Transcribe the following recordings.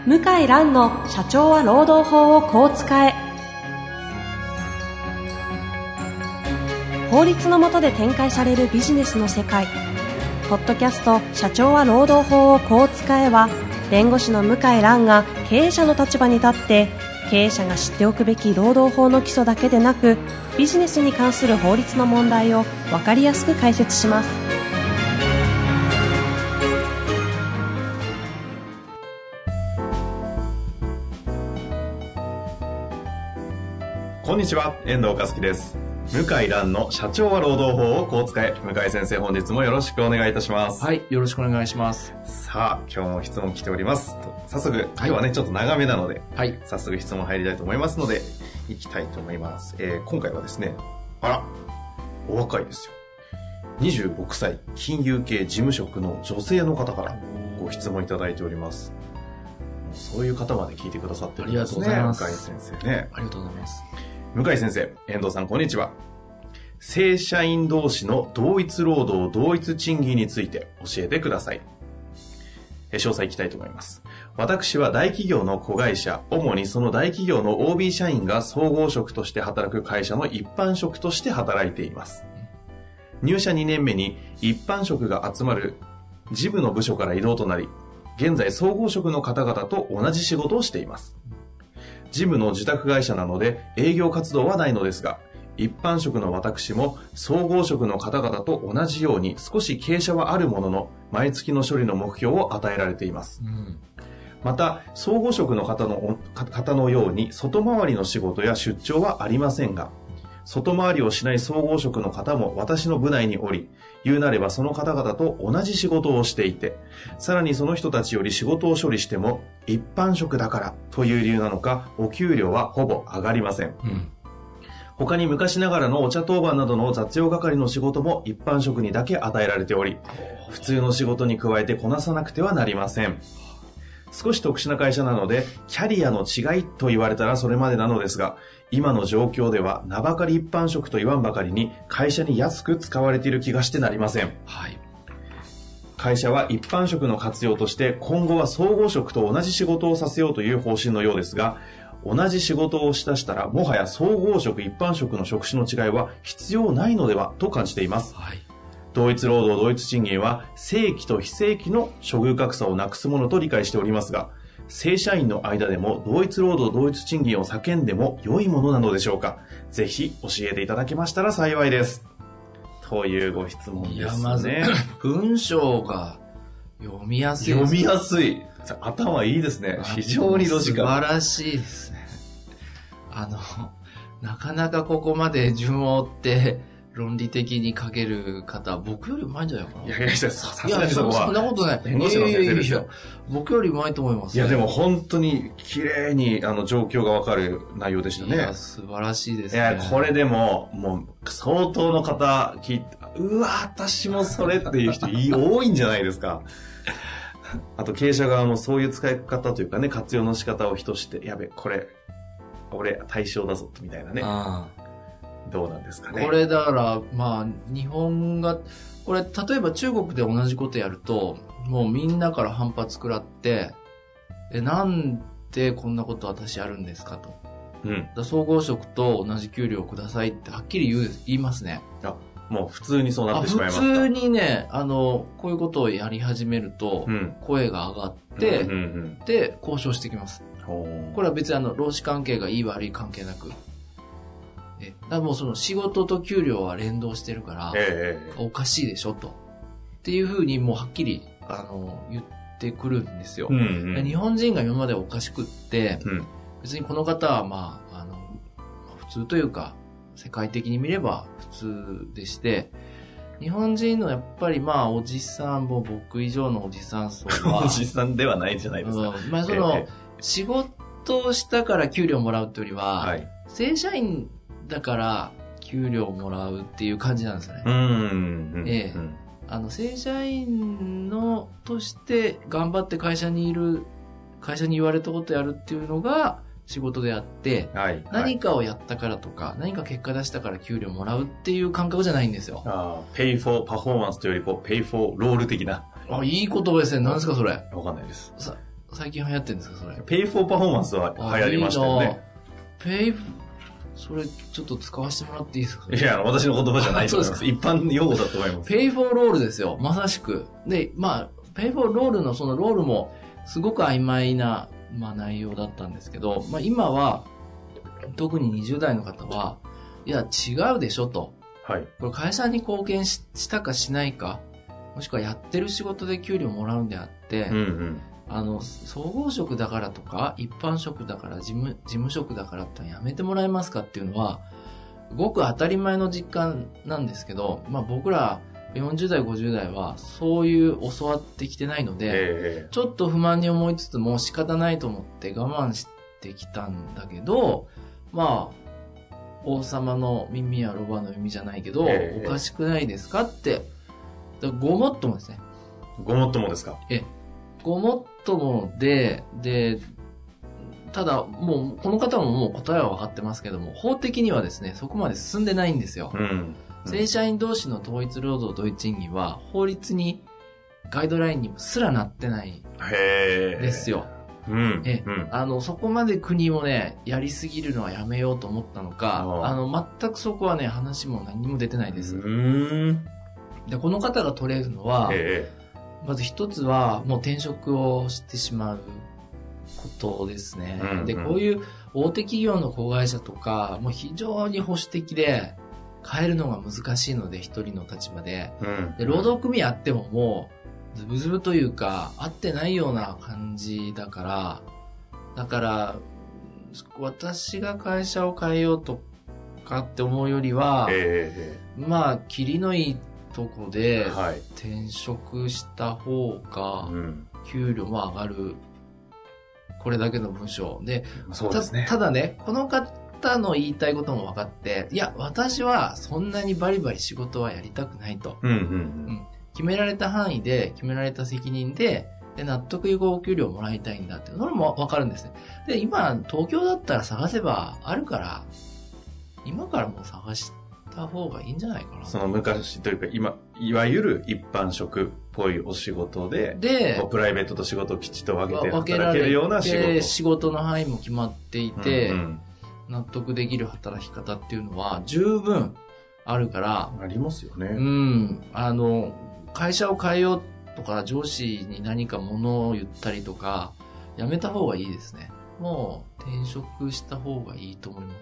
向井蘭の社長は労働法をこう使え。法律の下で展開されるビジネスの世界。ポッドキャスト社長は労働法をこう使えは、弁護士の向井蘭が経営者の立場に立って経営者が知っておくべき労働法の基礎だけでなく、ビジネスに関する法律の問題を分かりやすく解説します。 こんにちは、遠藤和樹です。向井蘭の社長は労働法をこう使え。向井先生、本日もよろしくお願いいたします。 はい、よろしくお願いします。 さあ、今日も質問来ております。早速、今日はね、ちょっと長めなので、はい、早速質問入りたいと思いますので、いきたいと思います。今回はですね、お若いですよ。26歳、金融系事務職の女性の方からご質問いただいております。そういう方まで聞いてくださってるんですね。 ありがとうございます。 向井先生ね。 ありがとうございます。 向井先生、遠藤さん、こんにちは。正社員同士の同一労働同一賃金について教えてください。詳細いきたいと思います。私は大企業の子会社、主にその大企業の OB 社員が総合職として働く会社の一般職として働いています。入社2年目に一般職が集まる事務の部署から異動となり、現在総合職の方々と同じ仕事をしています。事務の受託会社なので営業活動はないのですが、一般職の私も総合職の方々と同じように少し傾斜はあるものの、毎月の処理の目標を与えられています。また、総合職の方のように外回りの仕事や出張はありませんが、外回りをしない総合職の方も私の部内におり、言うなればその方々と同じ仕事をしていて、さらにその人たちより仕事を処理しても一般職だからという理由なのか、お給料はほぼ上がりません。他に昔ながらのお茶当番などの雑用係の仕事も一般職にだけ与えられており、普通の仕事に加えてこなさなくてはなりません。少し特殊な会社なので、キャリアの違いと言われたらそれまでなのですが、今の状況では名ばかり一般職と言わんばかりに会社に安く使われている気がしてなりません。はい。会社は一般職の活用として今後は総合職と同じ仕事をさせようという方針のようですが、同じ仕事をしだしたらもはや総合職一般職の職種の違いは必要ないのではと感じています。はい。同一労働同一賃金は正規と非正規の処遇格差をなくすものと理解しておりますが、正社員の間でも同一労働同一賃金を叫んでも良いものなのでしょうか。ぜひ教えていただけましたら幸いです。というご質問ですね。いや、まず文章が読みやすいです。 読みやすい。頭いいですね。非常にロジカル。 素晴らしいですね。なかなかここまで順を追って論理的に書ける方、僕より上手いんじゃないかな。 いや、さすがにそこは。 そんなことない。 弁護士の先生ですよ。 僕より上手いと思います、 ね。いや、でも本当に綺麗に状況がわかる内容でしたね。 いや、素晴らしいですね。 いや、これでもう相当の方聞いて、うわ、私もそれっていう人多いんじゃないですか。あと経営者側もそういう使い方というかね、活用の仕方を人して、やべ、これ俺対象だぞみたいなね。どうなんですかね。 これだから日本がこれ例えば中国で同じことやるともうみんなから反発食らってなんでこんなこと私やるんですかと。だ総合職と同じ給料くださいってはっきり言いますね。 もう普通にそうなってしまいますか。 普通にねこういうことをやり始めると、声が上がって、で交渉してきます。これは別に労使関係がいい悪い関係なく、だからもうその仕事と給料は連動してるから、おかしいでしょとっていうふうにもうはっきり言ってくるんですよ。日本人が今までおかしくって、別にこの方は普通というか世界的に見れば普通でして、日本人のやっぱりおじさんも僕以上のおじさん層はおじさんではないじゃないですか。 仕事をしたから給料もらうというよりは、正社員だから給料もらうっていう感じなんですよね。正社員のとして頑張って会社に言われたことやるっていうのが仕事であって、何かをやったからとか何か結果出したから給料もらうっていう感覚じゃないんですよ。 pay for パフォーマンスというよりpay for ロール的な。 いい言葉ですね。何ですかそれ。 わかんないです。 最近流行ってるんですか、それ。 ペイフォーパフォーマンスは流行りましたよね。 それちょっと使わせてもらっていいですか？ いや、私の言葉じゃないと思います。一般用語だと思います。 ペイフォーロールですよ。まさしく。で、ペイフォーロールのそのロールもすごく曖昧な、内容だったんですけど、今は、特に20代の方は、いや、違うでしょと。 はい。 これ会社に貢献したかしないか、もしくはやってる仕事で給料もらうんであって、総合職だからとか、一般職だから、事務職だからってやめてもらえますかっていうのは、ごく当たり前の実感なんですけど、僕ら40代、50代はそういう教わってきてないので、ちょっと不満に思いつつも仕方ないと思って我慢してきたんだけど、王様の耳はロバの耳じゃないけど、おかしくないですかって、ごもっともですね。 ごもっともですか？ ごもっともで、ただ、もう、この方ももう答えは分かってますけども、法的にはですね、そこまで進んでないんですよ。正社員同士の統一労働同一賃金は、法律に、ガイドラインにすらなってないですよ。そこまで国もね、やりすぎるのはやめようと思ったのか、全くそこはね、話も何も出てないです。で、この方が取れるのは、まず一つは、もう転職をしてしまうことですね。で、こういう大手企業の子会社とか、もう非常に保守的で、変えるのが難しいので、一人の立場で。で、労働組合あってももう、ズブズブというか、合ってないような感じだから、私が会社を変えようとかって思うよりは、切りのいいとこで、転職した方が、給料も上がる。これだけの文章で、 そうですね。 ただね、この方の言いたいことも分かって、いや、私はそんなにバリバリ仕事はやりたくないと。決められた範囲で、決められた責任で、納得いくお給料をもらいたいんだって、それも分かるんですね。で、今、東京だったら探せばあるから、今からもう探した方がいいんじゃないかな。 その昔というか、今、いわゆる一般職っぽいお仕事で、プライベートと仕事をきちっと分けて働けるような仕事。 仕事の範囲も決まっていて、納得できる働き方っていうのは十分あるから。 ありますよね。 会社を変えようとか、上司に何か物を言ったりとか、やめた方がいいですね。もう転職した方がいいと思います。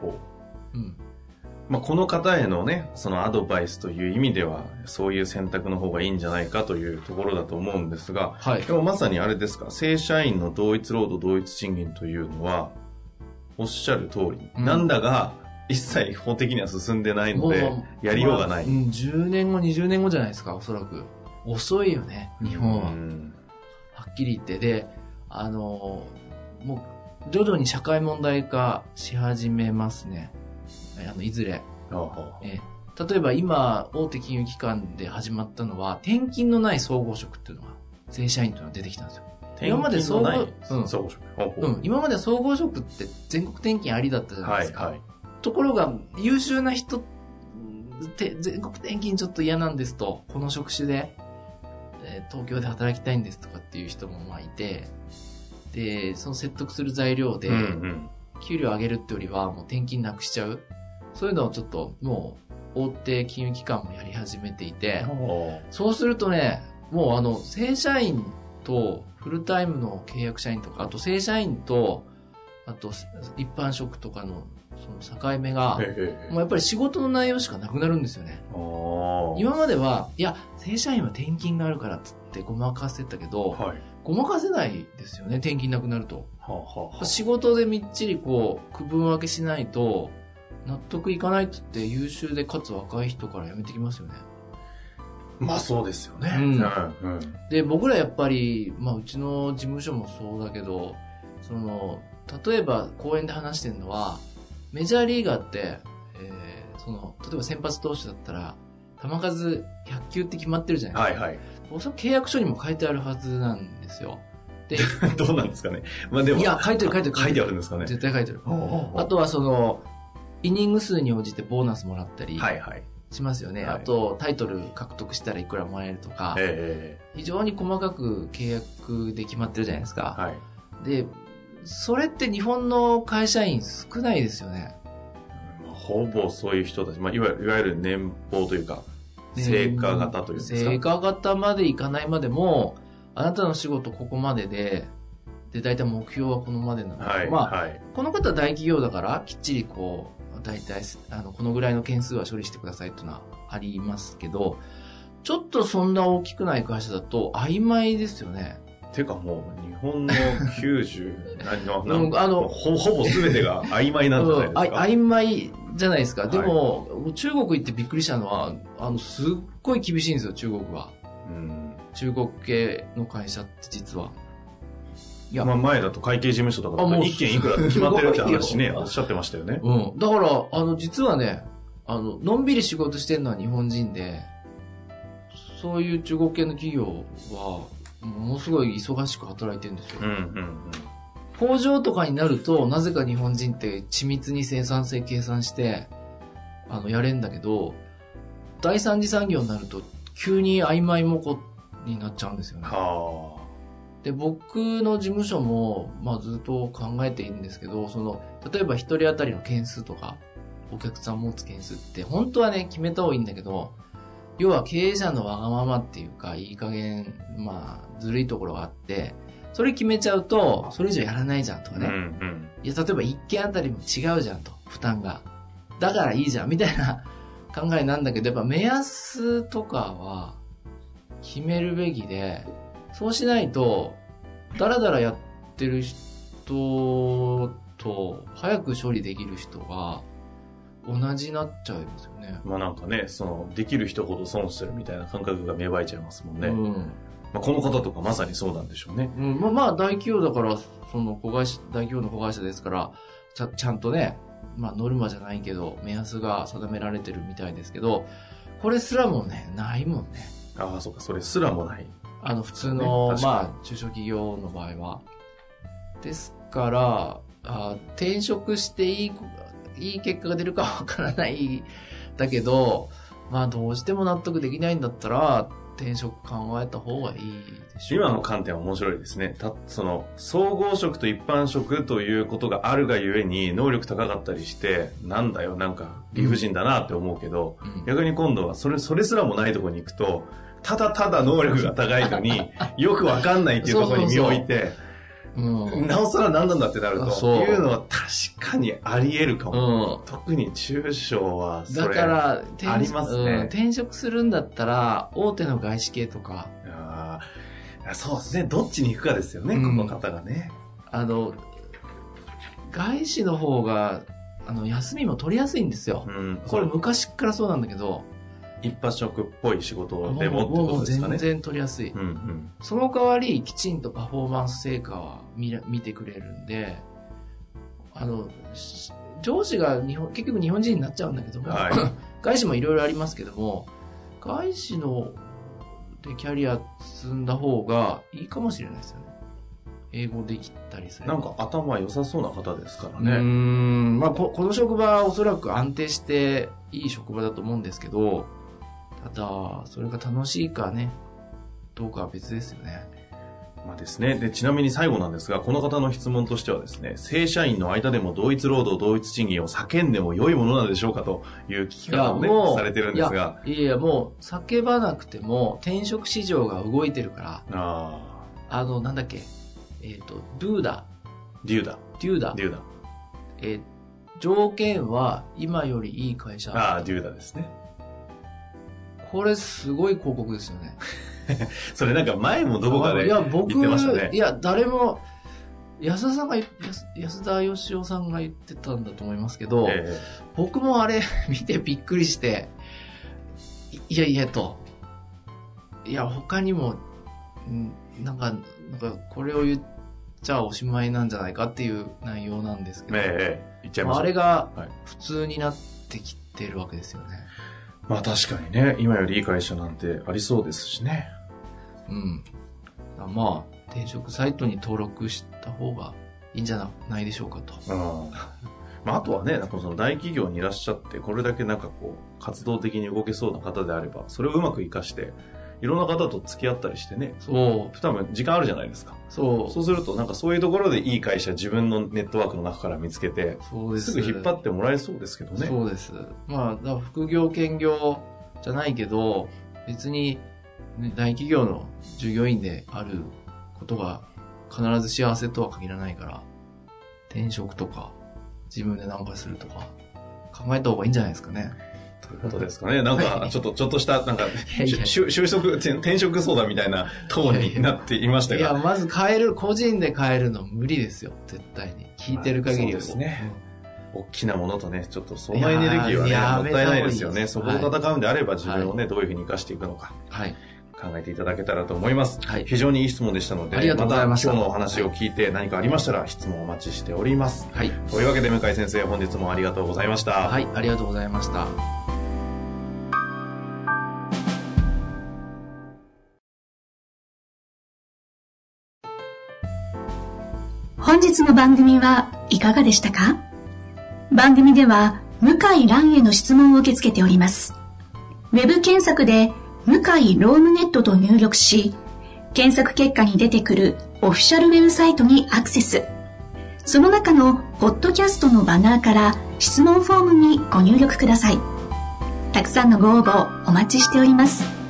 この方へのね、そのアドバイスという意味では、そういう選択の方がいいんじゃないかというところだと思うんですが、でもまさにあれですか、正社員の同一労働同一賃金というのは、おっしゃる通り、なんだが、一切法的には進んでないので、やりようがない。 10年後、20年後じゃないですか、おそらく。遅いよね、日本は。はっきり言って。で、もう、徐々に社会問題化し始めますね。いずれ。例えば今、大手金融機関で始まったのは、転勤のない総合職っていうのが、正社員というのが出てきたんですよ。今まで総合職。今まで総合職って全国転勤ありだったじゃないですか。ところが、優秀な人って全国転勤ちょっと嫌なんですと、この職種で、東京で働きたいんですとかっていう人もいて、で、その説得する材料で、給料上げるってよりはもう転勤なくしちゃう。そういうのをちょっともう大手金融機関もやり始めていて、そうするとね、もう正社員とフルタイムの契約社員とか、あと正社員と、あと一般職とかのその境目が、もうやっぱり仕事の内容しかなくなるんですよね。今までは、いや、正社員は転勤があるからっつってごまかせたけど、ごまかせないですよね、転勤なくなると。仕事でみっちり区分分けしないと、納得いかないっつって優秀でかつ若い人から辞めてきますよね。 そうですよね。 で、僕らやっぱり、うちの事務所もそうだけど、例えば講演で話してるのは、メジャーリーガーって、例えば先発投手だったら、球数100球って決まってるじゃないですか。おそらく契約書にも書いてあるはずなんですよ。でどうなんですかね。でもいや、書いてあるんですかね。 絶対書いてある。あとはイニング数に応じてボーナスもらったり、 しますよね。あと、タイトル獲得したらいくらもらえるとか、非常に細かく契約で決まってるじゃないですか。はい、で、それって日本の会社員少ないですよね。 ほぼそういう人たち、いわゆる年俸というか、成果型というんですか。 成果型までいかないまでも、あなたの仕事ここまでで、大体目標はこのまでなので、はい、この方は大企業だから、きっちり大体、このぐらいの件数は処理してくださいっていうのはありますけど、ちょっとそんな大きくない会社だと曖昧ですよね。 てかもう、日本のほぼ全てが曖昧なんじゃないですか。 曖昧じゃないですか。でも、中国行ってびっくりしたのは、すっごい厳しいんですよ、中国は。中国系の会社って実は。 いや、前だと会計事務所とか一件いくらって決まってるって話ね、おっしゃってましたよね。 だから、実はね、のんびり仕事してるのは日本人で、そういう中国系の企業は、ものすごい忙しく働いてるんですよ。工場とかになると、なぜか日本人って緻密に生産性計算して、やれんだけど、第三次産業になると、急に曖昧模倣になっちゃうんですよね。で、僕の事務所も、ずっと考えているんですけど、例えば一人当たりの件数とか、お客さん持つ件数って、本当はね、決めた方がいいんだけど、要は経営者のわがままっていうか、いい加減、ずるいところがあって、それ決めちゃうと、それ以上やらないじゃんとかね。いや、例えば一件あたりも違うじゃんと、負担が。だからいいじゃん、みたいな考えなんだけど、やっぱ目安とかは、決めるべきで、そうしないと、だらだらやってる人と、早く処理できる人が、同じになっちゃいますよね。 なんかね、できる人ほど損してるみたいな感覚が芽生えちゃいますもんね。この方とかまさにそうなんでしょうね。 大企業だから、大企業の子会社ですから、ちゃんとね、ノルマじゃないけど、目安が定められてるみたいですけど、これすらもね、ないもんね。 ああ、そうか、それすらもない。 普通の、中小企業の場合は。ですから、転職していい結果が出るかわからないだけど、どうしても納得できないんだったら、転職考えた方がいいでしょう。 今の観点は面白いですね。総合職と一般職ということがあるがゆえに、能力高かったりして、なんだよ、なんか理不尽だなって思うけど、逆に今度はそれすらもないところに行くと、ただただ能力が高いのによくわかんないっていうところに身を置いて、なおさら何なんだってなるというのは確かにあり得るかも。特に中小はそれありますね。 転職するんだったら大手の外資系とか。 そうですね。どっちに行くかですよね、この方がね。 外資の方が休みも取りやすいんですよ。これ昔からそうなんだけど。 一般職っぽい仕事でもってことですかね。 全然取りやすい。その代わり、きちんとパフォーマンス成果は見てくれるんで、上司が結局日本人になっちゃうんだけども、外資もいろいろありますけども、外資でキャリア積んだ方がいいかもしれないですよね。英語できたりする。 なんか頭良さそうな方ですからね。 この職場はおそらく安定していい職場だと思うんですけど、ただ、それが楽しいかね、どうかは別ですよね。 ですね。で、ちなみに最後なんですが、この方の質問としてはですね、正社員の間でも同一労働、同一賃金を叫んでも良いものなんでしょうかという聞き方をね、されてるんですが。 いや、もう、叫ばなくても、転職市場が動いてるから、なんだっけ、デューダ。条件は今よりいい会社。 デューダですね。 これすごい広告ですよね。 それなんか前もどこかで言ってましたね。 誰も、安田義雄さんが言ってたんだと思いますけど、僕もあれ見てびっくりして、他にも、なんかこれを言っちゃおしまいなんじゃないかっていう内容なんですけど、 言っちゃいました。 あれが普通になってきてるわけですよね。 確かにね、今よりいい会社なんてありそうですしね。 転職サイトに登録した方がいいんじゃないでしょうかと。 あとはね、なんかその大企業にいらっしゃって、これだけなんかこう、活動的に動けそうな方であれば、それをうまく活かして、いろんな方と付き合ったりしてね。 そう。 多分時間あるじゃないですか。 そう。 そうすると、なんかそういうところでいい会社、自分のネットワークの中から見つけて、そうです。すぐ引っ張ってもらえそうですけどね。 そうです。まあ、副業、兼業じゃないけど、別に、ね、大企業の従業員であることが必ず幸せとは限らないから、転職とか、自分で何かするとか、考えた方がいいんじゃないですかね。 ということですかね。なんか、ちょっとした、なんか、就職、転職相談みたいなトーンになっていましたが。 いや、まず個人で変えるの無理ですよ。絶対に。聞いてる限りは。 そうですね。大きなものとね、ちょっとそのエネルギーはね、もったいないですよね。そこと戦うんであれば自分をね、どういうふうに生かしていくのか。はい。考えていただけたらと思います。はい。非常にいい質問でしたので、 ありがとうございました。 また今日のお話を聞いて何かありましたら質問をお待ちしております。はい。というわけで向井先生、本日もありがとうございました。 はい、ありがとうございました。 本日の番組はいかがでしたか？番組では向井蘭への質問を受け付けております。ウェブ検索で向井ロームネットと入力し、検索結果に出てくるオフィシャルウェブサイトにアクセス。その中のポッドキャストのバナーから質問フォームにご入力ください。たくさんのご応募お待ちしております。